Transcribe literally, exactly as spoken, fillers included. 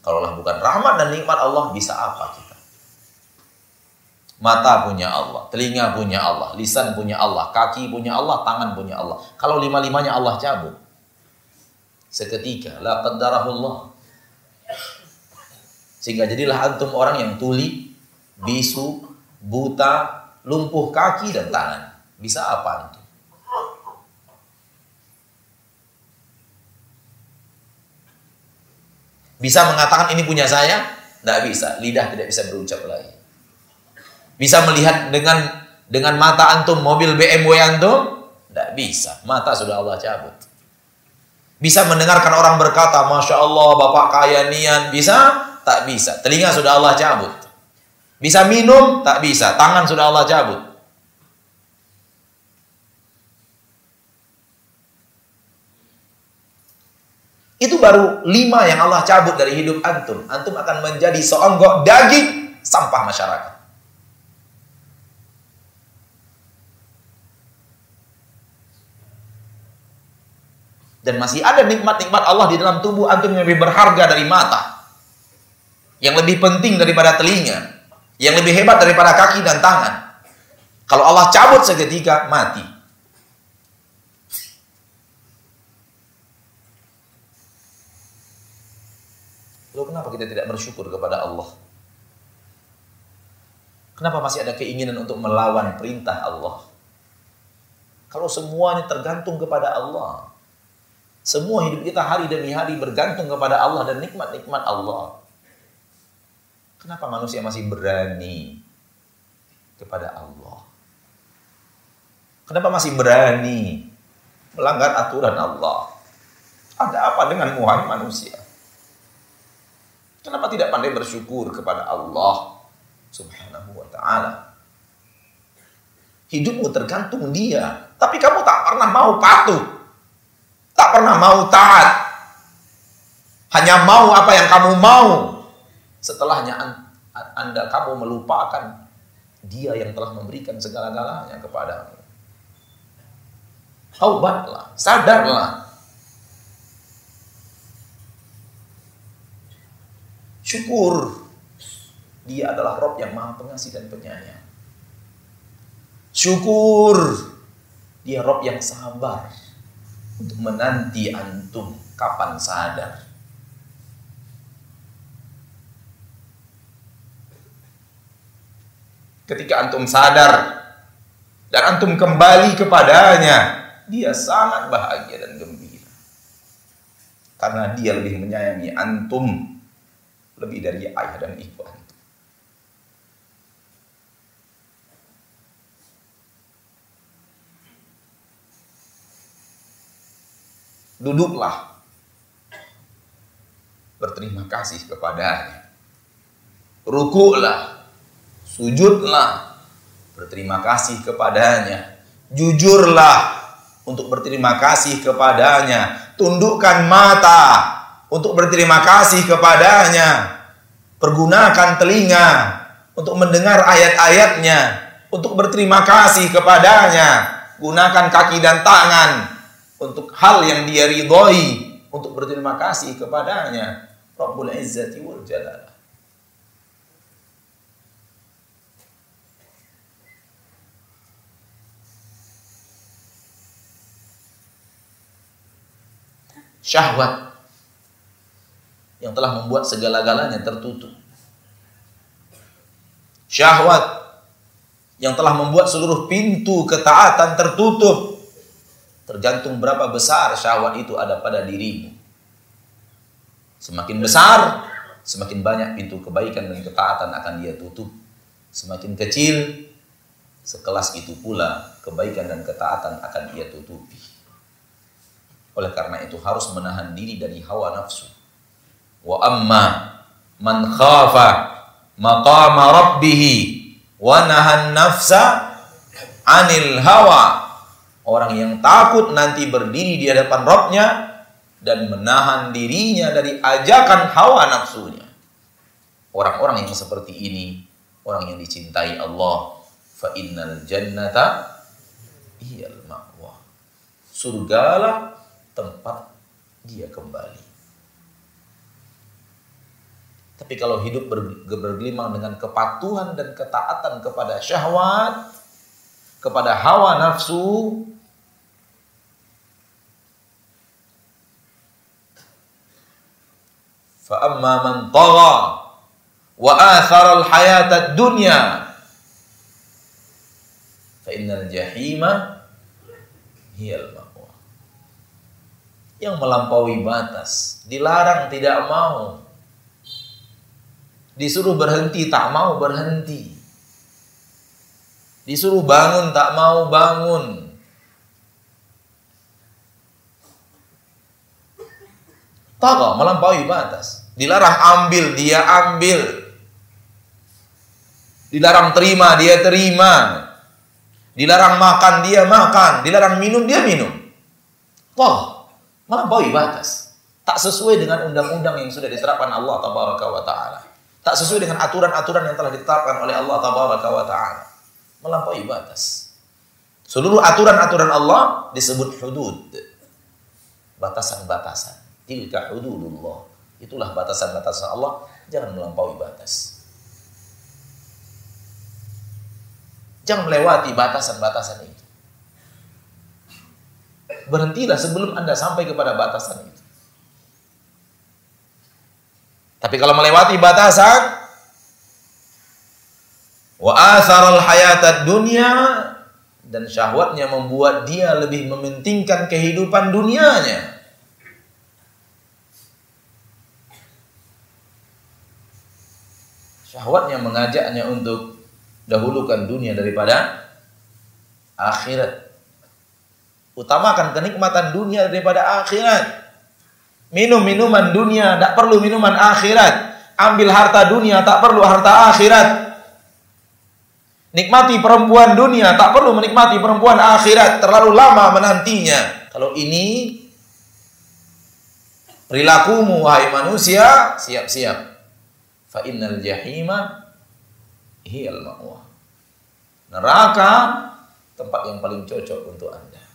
Kalaulah bukan rahmat dan nikmat Allah, bisa apa kita? Mata punya Allah, telinga punya Allah, lisan punya Allah, kaki punya Allah, tangan punya Allah. Kalau lima-limanya Allah cabut, seketika la qaddarahullah. Sehingga jadilah antum orang yang tuli, bisu, buta, lumpuh kaki dan tangan. Bisa apa antum? Bisa mengatakan ini punya saya? Tidak bisa. Lidah tidak bisa berucap lagi. Bisa melihat dengan dengan mata antum mobil B M W antum? Tidak bisa. Mata sudah Allah cabut. Bisa mendengarkan orang berkata, Masya Allah, Bapak kaya nian. Bisa? Tak bisa. Telinga sudah Allah cabut. Bisa minum? Tak bisa. Tangan sudah Allah cabut. Itu baru lima yang Allah cabut dari hidup antum. Antum akan menjadi seonggok daging sampah masyarakat. Dan masih ada nikmat-nikmat Allah di dalam tubuh antum yang lebih berharga dari mata. Yang lebih penting daripada telinga. Yang lebih hebat daripada kaki dan tangan. Kalau Allah cabut seketika, mati. Lalu kenapa kita tidak bersyukur kepada Allah? Kenapa masih ada keinginan untuk melawan perintah Allah? Kalau semuanya tergantung kepada Allah. Semua hidup kita hari demi hari bergantung kepada Allah dan nikmat-nikmat Allah. Kenapa manusia masih berani kepada Allah? Kenapa masih berani melanggar aturan Allah? Ada apa dengan muhai manusia? Kenapa tidak pandai bersyukur kepada Allah Subhanahu wa ta'ala? Hidupmu tergantung Dia, tapi kamu tak pernah mau patuh, tak pernah mau taat, hanya mau apa yang kamu mau. Setelahnya anda kamu melupakan Dia yang telah memberikan segala-galanya kepadamu. Taubatlah, sadarlah. Syukur, Dia adalah Rabb yang Maha Pengasih dan Penyayang. Syukur, Dia Rabb yang sabar untuk menanti antum kapan sadar. Ketika antum sadar dan antum kembali kepadanya, Dia sangat bahagia dan gembira. Karena Dia lebih menyayangi antum lebih dari ayah dan ibu antum. Duduklah, berterima kasih kepadanya. Rukuklah, sujudlah, berterima kasih kepadanya. Jujurlah untuk berterima kasih kepadanya. Tundukkan mata untuk berterima kasih kepadanya. Pergunakan telinga untuk mendengar ayat-ayatnya, untuk berterima kasih kepadanya. Gunakan kaki dan tangan untuk hal yang Dia ridhoi, untuk berterima kasih kepadanya. Rabbul Izzati wal Jalal. Syahwat yang telah membuat segala-galanya tertutup. Syahwat yang telah membuat seluruh pintu ketaatan tertutup. Tergantung berapa besar syahwat itu ada pada dirimu. Semakin besar, semakin banyak pintu kebaikan dan ketaatan akan Dia tutup. Semakin kecil, sekelas itu pula kebaikan dan ketaatan akan Dia tutupi. Oleh karena itu harus menahan diri dari hawa nafsu. Wa amma man khafa maqama rabbih wa nahan nafsa anil hawa. Orang yang takut nanti berdiri di hadapan Rabb-Nya dan menahan dirinya dari ajakan hawa nafsunya. Orang-orang yang seperti ini, orang yang dicintai Allah. Fa innal jannata iyal ma'wa. Surgalah tempat dia kembali. Tapi kalau hidup ber- bergelimang dengan kepatuhan dan ketaatan kepada syahwat, kepada hawa nafsu, fa amma man tagha wa athara al-hayata ad-dunya fa innal jahima hiyal ma'wa. Yang melampaui batas, dilarang tidak mau, disuruh berhenti tak mau berhenti, disuruh bangun tak mau bangun, tagha, melampaui batas. Dilarang ambil, dia ambil. Dilarang terima, dia terima. Dilarang makan, dia makan. Dilarang minum, dia minum. Tagha, melampaui batas. Tak sesuai dengan undang-undang yang sudah diterapkan Allah Tabaraka wa Ta'ala. Tak sesuai dengan aturan-aturan yang telah ditetapkan oleh Allah Tabaraka wa Ta'ala. Melampaui batas. Seluruh aturan-aturan Allah disebut hudud. Batasan-batasan. Tilka hududullah. Itulah batasan-batasan Allah. Jangan melampaui batas. Jangan melewati batasan-batasan itu. Berhentilah sebelum Anda sampai kepada batasan itu. Tapi kalau melewati batasan, wa atharal hayatad dunya, dan syahwatnya membuat dia lebih mementingkan kehidupan dunianya, syahwatnya mengajaknya untuk dahulukan dunia daripada akhirat. Utamakan kenikmatan dunia daripada akhirat. Minum minuman dunia, tak perlu minuman akhirat. Ambil harta dunia, tak perlu harta akhirat. Nikmati perempuan dunia, tak perlu menikmati perempuan akhirat. Terlalu lama menantinya. Kalau ini perilakumu, wahai manusia, siap-siap. Fa innal jahima hiyal ma'wa. Neraka tempat yang paling cocok untuk Anda.